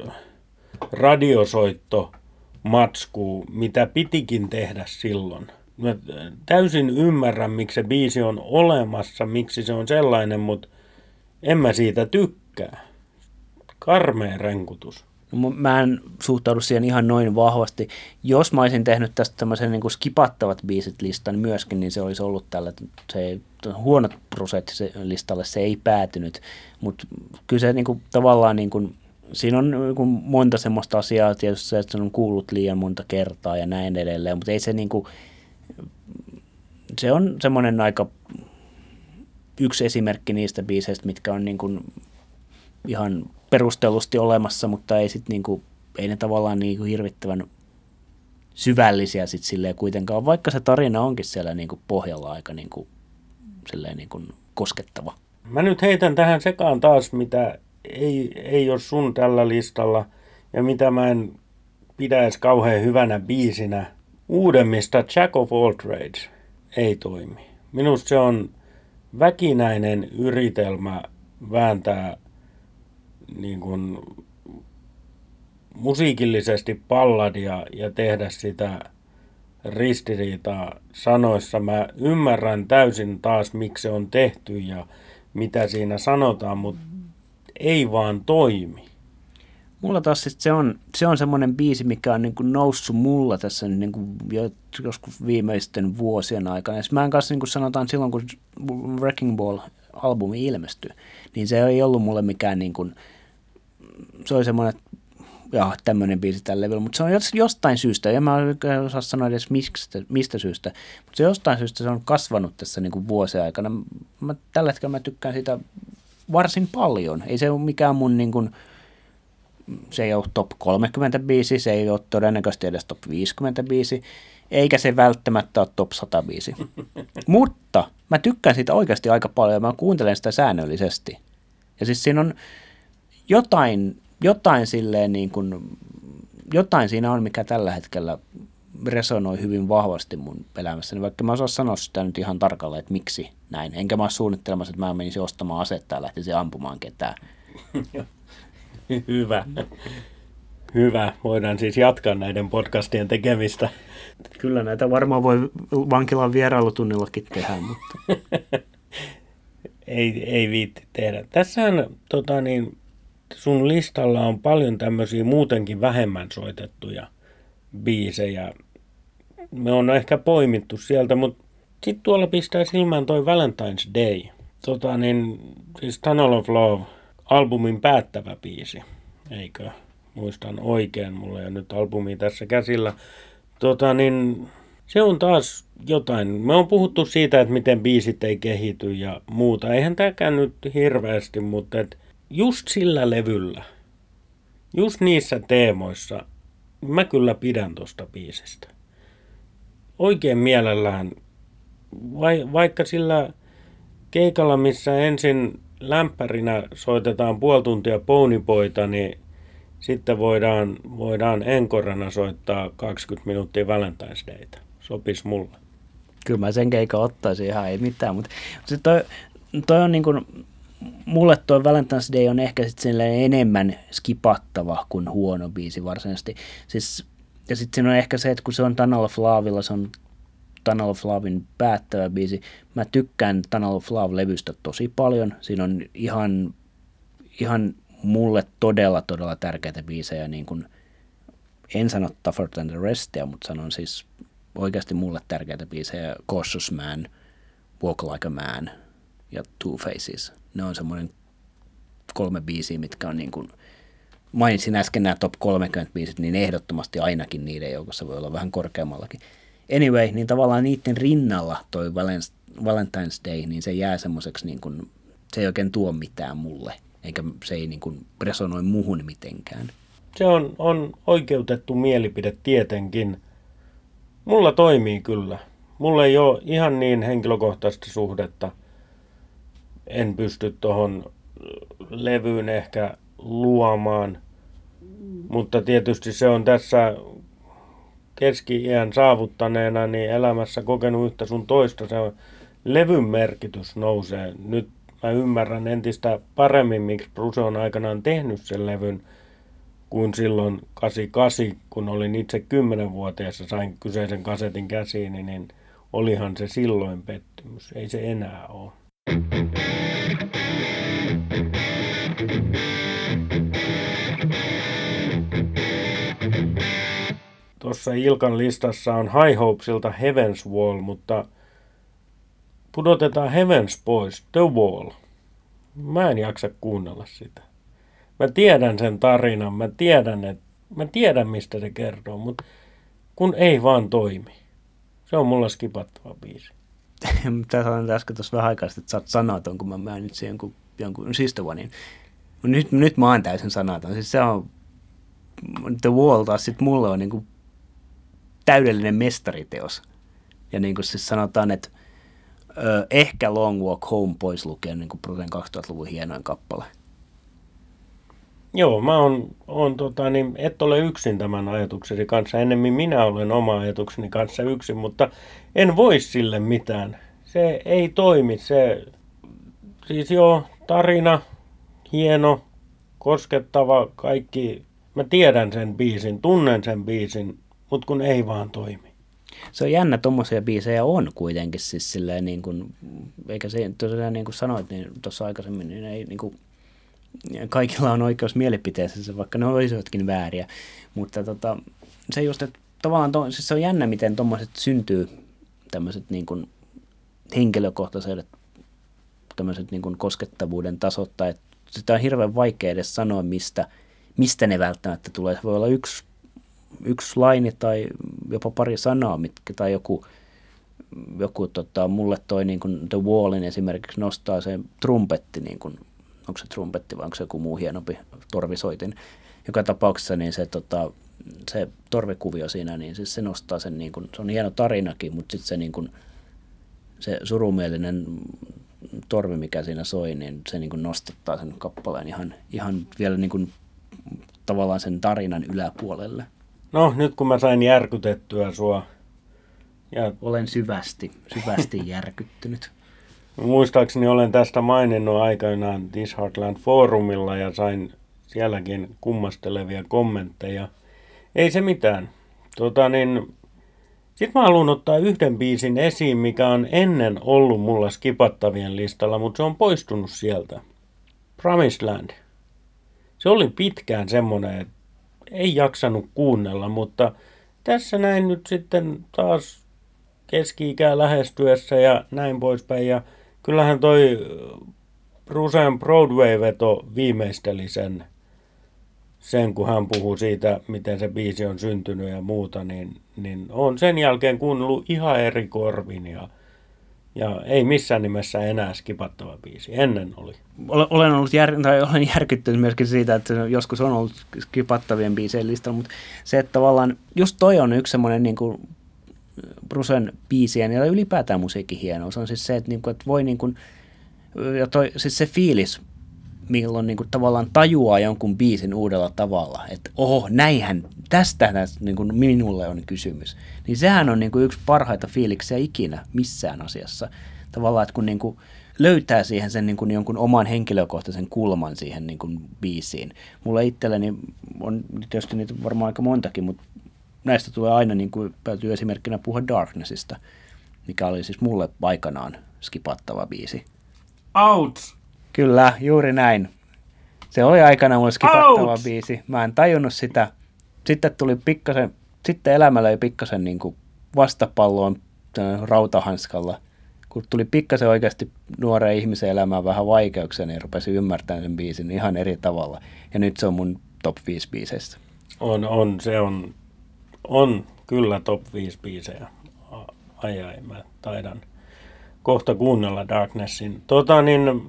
radiosoittomatskua, mitä pitikin tehdä silloin. Mä täysin ymmärrän, miksi se biisi on olemassa, miksi se on sellainen, mutta en mä siitä tykkää. Karmea renkutus. No, mä en suhtaudu siihen ihan noin vahvasti. Jos mä olisin tehnyt tästä tämmöisen niin kuin skipattavat biisit listan myöskin, niin se olisi ollut tällä, se ei, huonot proset listalle se ei päätynyt. Mutta kyllä se niin kuin, tavallaan, niin kuin, siinä on niin kuin, monta semmoista asiaa, tietysti se, että se on kuullut liian monta kertaa ja näin edelleen, mutta ei se niin kuin, se on semmoinen aika yksi esimerkki niistä biiseistä, mitkä on niin kuin ihan perustellusti olemassa, mutta ei, sit niinku, ei ne tavallaan niinku hirvittävän syvällisiä sit silleen kuitenkaan, vaikka se tarina onkin siellä niinku pohjalla aika niinku, silleen niinku koskettava. Mä nyt heitän tähän sekaan taas, mitä ei, ei ole sun tällä listalla ja mitä mä en pidäisi kauhean hyvänä biisinä. Uudemmista Jack of All Trades ei toimi. Minusta se on väkinäinen yritelmä vääntää niin kuin musiikillisesti balladia ja tehdä sitä ristiriitaa sanoissa. Mä ymmärrän täysin taas, miksi se on tehty ja mitä siinä sanotaan, mutta ei vaan toimi. Mulla taas sit se on, se on semmoinen biisi, mikä on niin kuin noussut mulla tässä niin kuin joskus viimeisten vuosien aikana. Ja mä en kanssa niin kuin sanotaan silloin, kun Wrecking Ball-albumi ilmestyi, niin se ei ollut mulle mikään niin kuin, se oli semmoinen, että tämmöinen biisi tällä levyllä, mutta se on jostain syystä, ja mä en osaa sanoa edes mistä, mistä syystä, mutta se jostain syystä se on kasvanut tässä niin kuin vuosien aikana. Mä, tällä hetkellä mä tykkään siitä varsin paljon. Ei se ole mikään mun niin kuin, se ei ole top kolmekymmentä biisi, se ei ole todennäköisesti edes top viisikymmentä biisi, eikä se välttämättä ole top sata biisi. Mutta mä tykkään siitä oikeasti aika paljon ja mä kuuntelen sitä säännöllisesti. Ja siis siinä on jotain, jotain silleen niin kuin, jotain siinä on, mikä tällä hetkellä resonoi hyvin vahvasti mun elämässäni, vaikka mä osaan sanoa sitä nyt ihan tarkalleen, että miksi näin. Enkä mä ole suunnittelemassa, että mä menisin ostamaan asetta ja lähtisin ampumaan ketään. Hyvä. Hyvä, voidaan siis jatkaa näiden podcastien tekemistä. Kyllä näitä varmaan voi vankilan vierailutunnillakin tehdä, mutta... ei, ei viitti tehdä. Tässähän tota niin, sun listalla on paljon tämmöisiä muutenkin vähemmän soitettuja biisejä. Me on ehkä poimittu sieltä, mutta sitten tuolla pistää silmään toi Valentine's Day. Tota niin, siis Tunnel of Love, albumin päättävä biisi, eikö? Muistan oikein, mulla ei ole nyt albumi tässä käsillä. Tota niin, se on taas jotain. Me on puhuttu siitä, että miten biisit ei kehity ja muuta. Eihän tämäkään nyt hirveästi, mutta et just sillä levyllä, just niissä teemoissa, mä kyllä pidän tosta biisistä. Oikein mielellään, vai, vaikka sillä keikalla, missä ensin lämpärinä soitetaan puoli tuntia Ponyboyta, niin sitten voidaan, voidaan enkorana soittaa kaksikymmentä minuuttia Valentine's Dayta. Sopis mulle. Kyllä mä sen keikan ottaisin ihan, ei mitään, mutta se toi, toi on niin kuin, mulle toi Valentine's Day on ehkä sitten enemmän skipattava kuin huono biisi varsinaisesti. Siis, ja sitten siinä on ehkä se, että kun se on Tunnel of Lovella, se on Tunnel of Loven päättävä biisi. Mä tykkään Tunnel of Love-levystä tosi paljon. Siinä on ihan, ihan mulle todella, todella tärkeitä biisejä, niin kuin, en sano Tougher Than the Restia, mutta sanon siis oikeasti mulle tärkeitä biisejä, Cautious Man, Walk Like a Man ja Two Faces. Ne on semmoinen kolme biisiä, mitkä on niin kuin, mainitsin äsken nämä top kolmekymmentä biisit, niin ehdottomasti ainakin niiden joukossa voi olla vähän korkeammallakin. Anyway, niin tavallaan niiden rinnalla toi Valentine's Day, niin se jää semmoiseksi, niin kuin, se ei oikein tuo mitään mulle, eikä se ei niin kuin resonoi muuhun mitenkään. Se on, on oikeutettu mielipide tietenkin. Mulla toimii kyllä. Mulla ei ole ihan niin henkilökohtaista suhdetta. En pysty tuohon levyyn ehkä luomaan, mutta tietysti se on tässä keski-iän saavuttaneena niin elämässä kokenut yhtä sun toista. Se on, levyn merkitys nousee. Nyt mä ymmärrän entistä paremmin, miksi Bruce on aikanaan tehnyt sen levyn, kuin silloin kahdeksankymmentäkahdeksan, kun olin itse kymmenvuotias ja sain kyseisen kasetin käsiini, niin olihan se silloin pettymys. Ei se enää ole. Tuossa Ilkan listassa on High Hopesilta Heaven's Wall, mutta pudotetaan Heavens pois, The Wall. Mä en jaksa kuunnella sitä. Mä tiedän sen tarinan, mä tiedän, että, mä tiedän mistä se kertoo, mutta kun ei vaan toimi. Se on mulla skipattava biisi. Mitä sanoin äsken tuossa vähän aikaa, että sä oot sanaton, kun mä mainitsin jonkun, jonkun Sister Onein. Nyt, nyt mä oon täysin sanaton. Siis se on, The Wall taas sit mulle on niinku täydellinen mestariteos. Ja niin kuin siis sanotaan, että ö, ehkä Long Walk Home pois lukien niin kuin Bruden kaksituhattaluvun hienoin kappale. Joo, mä oon, oon tota, niin et ole yksin tämän ajatukseni kanssa. Ennemmin minä olen oma ajatukseni kanssa yksin, mutta en voi sille mitään. Se ei toimi. Se, siis joo, tarina, hieno, koskettava, kaikki. Mä tiedän sen biisin, tunnen sen biisin, mutta kun ei vaan toimi. Se on jännä, tommosia biisejä on kuitenkin siis silleen niin kuin, eikä se tosiaan niin kuin sanoit niin tuossa aikaisemmin, niin ei niin kuin, kaikilla on oikeus mielipiteensä, vaikka ne olisivatkin vääriä, mutta tota, se just, että tavallaan to, siis se on jännä, miten tommoset syntyy tämmöiset niin kuin henkilökohtaiset tämmöiset niin kuin koskettavuuden tasot, tai että sitä on hirveän vaikea edes sanoa, mistä, mistä ne välttämättä tulee. Se voi olla yksi yksi laini tai jopa pari sanaa, mitkä, tai joku, joku tota, mulle toi niin kuin The Wallin esimerkiksi nostaa se trumpetti, niin kuin, onko se trumpetti vai onko se joku muu hienompi torvisoitin. Joka tapauksessa niin se, tota, se torvikuvio siinä, niin siis se nostaa sen, niin kuin, se on hieno tarinakin, mutta sitten se, niin kuin, se surumielinen torvi, mikä siinä soi, niin se niin kuin nostattaa sen kappaleen ihan, ihan vielä niin kuin, tavallaan sen tarinan yläpuolelle. No, nyt kun mä sain järkytettyä sua. Ja olen syvästi, syvästi järkyttynyt. Muistaakseni olen tästä maininnut aikoinaan This Heartland Forumilla ja sain sielläkin kummastelevia kommentteja. Ei se mitään. Tota niin, sitten mä haluan ottaa yhden biisin esiin, mikä on ennen ollut mulla skipattavien listalla, mutta se on poistunut sieltä. Promised Land. Se oli pitkään semmoinen, että ei jaksanut kuunnella, mutta tässä näin nyt sitten taas keski-ikää lähestyessä ja näin poispäin. Ja kyllähän toi Brucen Broadway-veto viimeisteli sen, sen, kun hän puhuu siitä, miten se biisi on syntynyt ja muuta, niin, niin on sen jälkeen kuunnellut ihan eri korvin ja, ja ei missään nimessä enää skipattava biisi. Ennen oli. Olen ollut jär, tai olen järkyttynyt myöskin siitä, että joskus on ollut skipattavien biisien listalla, mutta se, että tavallaan just toi on yksi semmoinen niin kuin Brucen biisien ja ylipäätään musiikin hienous on siis se, että, niin kuin, että voi niin kuin, ja toi, siis se fiilis, milloin niin kuin tavallaan tajuaa jonkun biisin uudella tavalla, että oho, näinhän, tästä niin kuin minulle on kysymys. Niin sehän on niin kuin yksi parhaita fiiliksiä ikinä missään asiassa. Tavallaan, että kun niin kuin löytää siihen sen niin kuin jonkun oman henkilökohtaisen kulman siihen niin kuin biisiin. Mulla itselleni on tietysti niitä varmaan aika montakin, mutta näistä tulee aina, niin kuin päätyy esimerkkinä puhua Darknessista, mikä oli siis mulle aikanaan skipattava biisi. Out! Kyllä, juuri näin. Se oli aikana mulle skipattava Out! biisi. Mä en tajunnut sitä. Sitten tuli pikkasen, sitten elämä löi pikkasen niin kuin vastapalloon rautahanskalla. Kun tuli pikkasen oikeasti nuoren ihmisen elämään vähän vaikeuksia, niin rupesin ymmärtämään sen biisin ihan eri tavalla. Ja nyt se on mun top viisi biiseistä. On, on, se on, on kyllä top viisi biisejä. Ai ai, mä taidan kohta kuunnella Darknessin. Tota niin,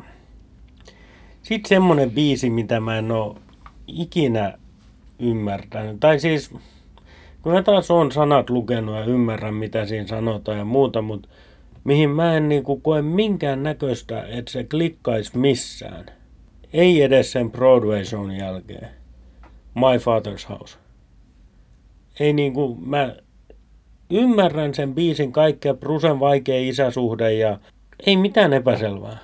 sitten semmonen biisi, mitä mä en oo ikinä ymmärtänyt. Tai siis, kun mä taas oon sanat lukenut ja ymmärrän, mitä siinä sanotaan ja muuta, mutta mihin mä en niinku koe minkään näköistä, että se klikkaisi missään. Ei edes sen Broadway-shown jälkeen. My Father's House. Ei niinku, mä ymmärrän sen biisin kaikkea, Brucen vaikea isäsuhde ja ei mitään epäselvää.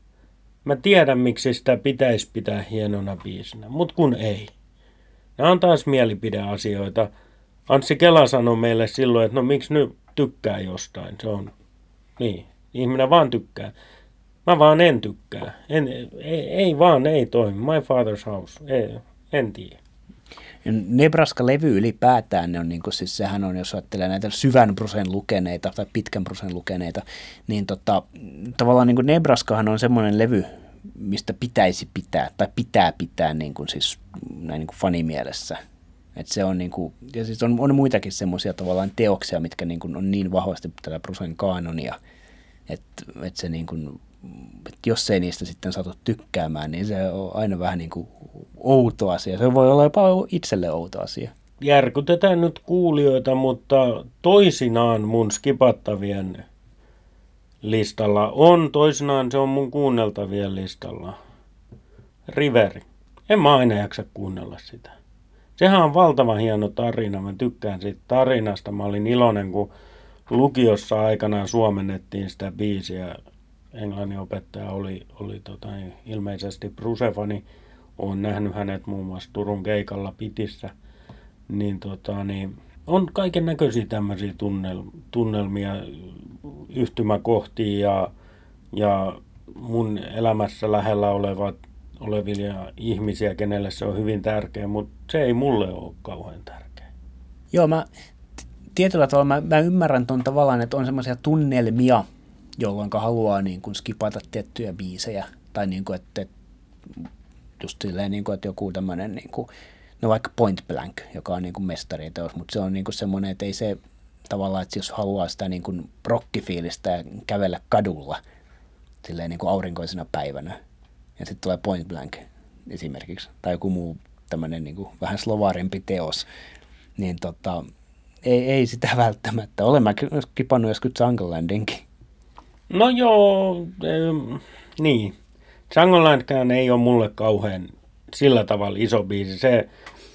Mä tiedän, miksi sitä pitäisi pitää hienona biisinä, mut kun ei. Nämä on taas mielipideasioita. Anssi Kela sanoi meille silloin, että no miksi nyt tykkää jostain. Se on niin, ihminen vaan tykkää. Mä vaan en tykkää. En, ei, ei vaan, ei toimi. My Father's House, ei, en tiedä. Nebraska-levy ylipäätään, ne on niin kuin, siis sehän on, jos ajattelee näitä syvän Brucen lukeneita tai pitkän Brucen lukeneita, niin tota, tavallaan niin kuin Nebraskahan on semmoinen levy, mistä pitäisi pitää, tai pitää pitää niin kuin siis näin niin kuin fanimielessä. Että se on niin kuin, ja siis on, on muitakin semmoisia tavallaan teoksia, mitkä niin kuin on niin vahvasti tätä Brucen kaanonia, että, että se niin kuin, että jos ei niistä sitten saatu tykkäämään, niin se on aina vähän niin kuin outo asia. Se voi olla jopa itselle outo asia. Järkytetään nyt kuulijoita, mutta toisinaan mun skipattavien listalla on, toisinaan se on mun kuunneltavien listalla. Riveri. En mä aina jaksa kuunnella sitä. Sehän on valtavan hieno tarina. Mä tykkään siitä tarinasta. Mä olin iloinen, kun lukiossa aikanaan suomennettiin sitä biisiä. Englannin opettaja oli, oli tota, ilmeisesti Bruce-fani. Olen nähnyt hänet muun muassa Turun keikalla Pitissä. Niin, tota, niin, on kaiken näköisiä tämmöisiä tunnel, tunnelmia, yhtymäkohtia ja, ja mun elämässä lähellä olevat, olevia ihmisiä, kenelle se on hyvin tärkeä, mutta se ei mulle ole kauhean tärkeä. Joo, mä tietyllä tavalla mä, mä ymmärrän ton tavallaan, että on semmoisia tunnelmia, jolloin haluaa niin kuin skipata tiettyjä biisejä. Tai niin kuin, että, että just silleen, niin kuin, että joku tämmöinen, niin kuin, no vaikka Point Blank, joka on niin kuin mestariteos, mutta se on niin kuin semmoinen, että ei se tavallaan, että jos haluaa sitä niin kuin rockifiilistä ja kävellä kadulla silleen niin kuin aurinkoisena päivänä, ja sitten tulee Point Blank esimerkiksi, tai joku muu tämmöinen niin kuin vähän slovaarimpi teos, niin tota, ei, ei sitä välttämättä. Olen mä kipannut joskus Junglelandinkin. No joo, äh, niin. Junglelandkään ei ole mulle kauhean sillä tavalla iso biisi. Se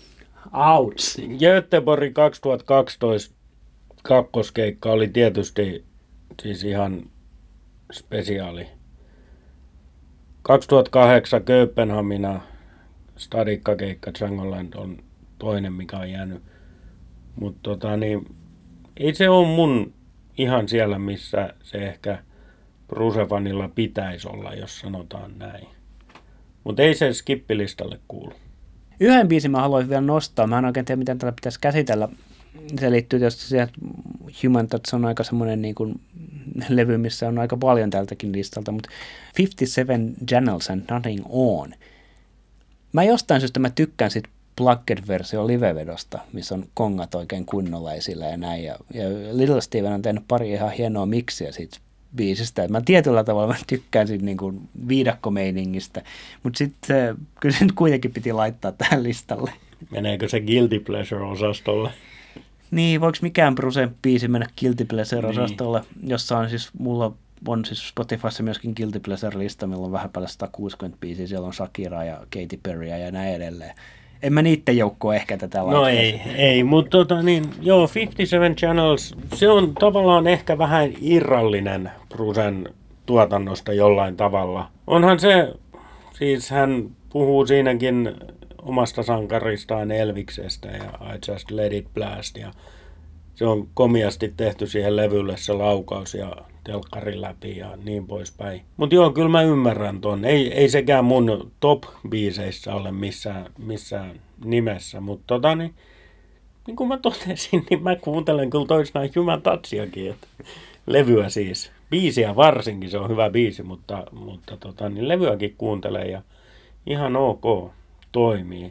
Ouch. Göteborg kaksituhattakaksitoista kakkoskeikka oli tietysti siis ihan spesiaali. kaksituhattakahdeksan Kööpenhamina Stadikka-keikka Djangoland on toinen, mikä on jäänyt. Mutta tota, niin, ei se ole mun ihan siellä, missä se ehkä Bruce-fanilla pitäisi olla, jos sanotaan näin. Mutta ei se skippilistalle kuulu. Yhden biisin mä haluaisin vielä nostaa. Mä en oikein tiedä, miten tätä pitäisi käsitellä. Se liittyy tietysti siihen, että Human Touch on aika semmoinen niin kuin levy, missä on aika paljon tältäkin listalta, mutta fifty-seven Channels and Nothing On. Mä jostain syystä mä tykkään sit Plugged-versio livevedosta, missä on kongat oikein kunnolla esillä ja näin. Ja, ja Little Steven on tehnyt pari ihan hienoa miksiä siitä biisistä. Mä tietyllä tavalla mä tykkään siitä niin kuin viidakkomeiningistä, mutta sitten kyllä se nyt kuitenkin piti laittaa tähän listalle. Meneekö se Guilty Pleasure-osastolle? Niin, voiko mikään Brucen biisi mennä Guilty Pleasure-osastolle, niin. Jossa on siis, mulla on siis Spotifyssa myöskin Guilty Pleasure-lista, millä on vähän päällä sata kuusikymmentä biisiä, siellä on Shakira ja Katy Perryä ja näin edelleen. En mä niitten joukkoon ehkä tätä laittaa. No ei, ei, mutta tota niin, joo, fifty-seven Channels, se on tavallaan ehkä vähän irrallinen Brucen tuotannosta jollain tavalla. Onhan se, siis hän puhuu siinäkin omasta sankaristaan Elviksestä ja I Just Let It Blast ja se on komiasti tehty siihen levylle se laukaus ja telkkarin läpi ja niin poispäin. Mutta joo, kyllä mä ymmärrän ton. Ei, ei sekään mun top-biiseissä ole missään, missään nimessä, mutta tota niin, niin kuin mä totesin, niin mä kuuntelen kyllä toisinaan Human Touchiakin, että levyä siis. Biisiä varsinkin, se on hyvä biisi, mutta, mutta tota, niin levyäkin kuuntelen ja ihan ok, toimii.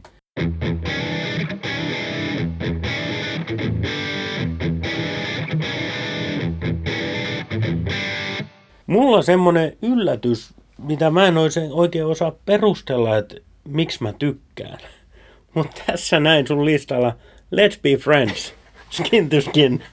Mulla on semmoinen yllätys, mitä mä en oikein osaa perustella, että miksi mä tykkään. Mutta tässä näin sun listalla Let's Be Friends, Skin to Skin.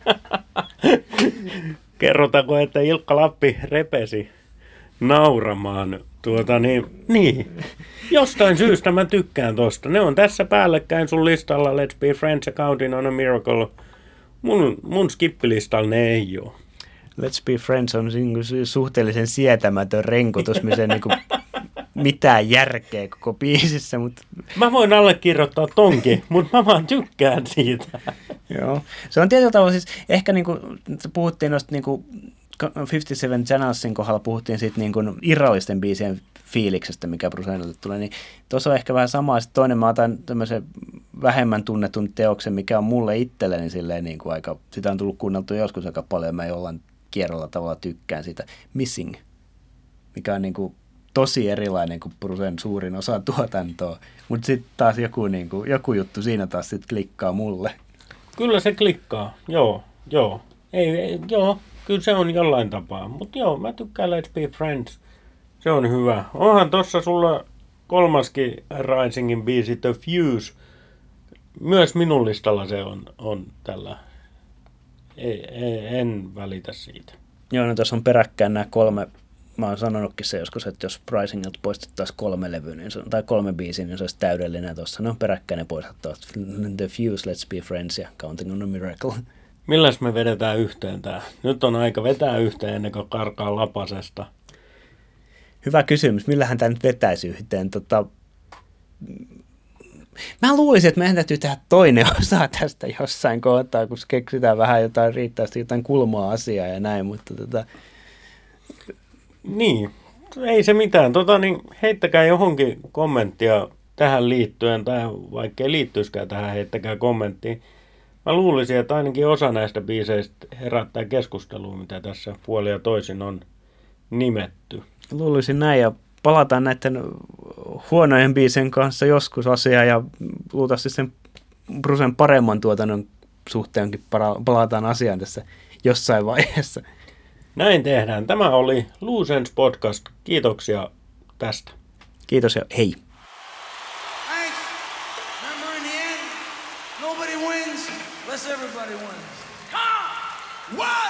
Kerrotaanko, että Ilkka Lappi repesi nauramaan. Tuota niin, niin. Jostain syystä mä tykkään tosta. Ne on tässä päällekkäin sun listalla Let's Be Friends ja Counting on a Miracle. Mun, mun skippilistalla ne ei ole. Let's Be Friends on suhteellisen sietämätön renkutus, missä ei niinku mitään järkeä koko biisissä. Mutta mä voin allekirjoittaa tonkin, mutta mä vaan tykkään siitä. Joo. Se on tietyllä tavalla siis, ehkä niinku, puhuttiin noista niinku fifty-seven Channelsin kohdalla, puhuttiin siitä niinku irrallisten biisien fiiliksestä, mikä Brucenille tulee, niin tuossa on ehkä vähän samaa. Sitten toinen, mä otan tämmöisen vähemmän tunnetun teoksen, mikä on mulle itselleni silleen niin kuin aika, sitä on tullut kuunneltua joskus aika paljon, mä jollain kierrolla tavalla tykkään siitä, Missing, mikä on niin kuin tosi erilainen kuin Brucen suurin osa tuotantoa, mutta sitten taas joku, niin kuin, joku juttu siinä taas sitten klikkaa mulle. Kyllä se klikkaa, joo, joo, ei, ei joo, kyllä se on jollain tapaa, mutta joo, mä tykkään Let's Be Friends. Se on hyvä. Onhan tossa sulla kolmaskin Risingin biisi The Fuse. Myös minun listalla se on, on tällä. Ei, ei, en välitä siitä. Joo, no tässä on peräkkäin nämä kolme. Mä oon sanonutkin se joskus, että jos Risingilta poistettaisiin kolme levyä, niin se, tai kolme biisiä, niin se olisi täydellinen. Tuossa ne on peräkkäin ne poistettavat. The Fuse, Let's Be Friends ja Counting on a Miracle. Milläs me vedetään yhteen tää? Nyt on aika vetää yhteen ennen kuin karkaa lapasesta. Hyvä kysymys. Millähän tämä nyt vetäisi yhteen? Tota, mä luulisin, että meidän täytyy tehdä toinen osa tästä jossain kohtaa, kun keksitään vähän jotain riittävästi jotain kulmaa asiaa ja näin, mutta tota... Niin, ei se mitään. Tota, niin heittäkää johonkin kommenttia tähän liittyen, tai vaikka ei liittyisikään tähän, heittäkää kommenttia. Mä luulisin, että ainakin osa näistä biiseistä herättää keskustelua, mitä tässä puoli ja toisin on nimetty. Luulisin näin, ja palataan näiden huonojen biisien kanssa joskus asiaan, ja luultavasti sen Brucen paremman tuotannon suhteenkin palataan asiaan tässä jossain vaiheessa. Näin tehdään. Tämä oli Loose Ends Podcast. Kiitoksia tästä. Kiitos ja hei. Thanks. Remember in the end, nobody wins unless everybody wins. Come! What?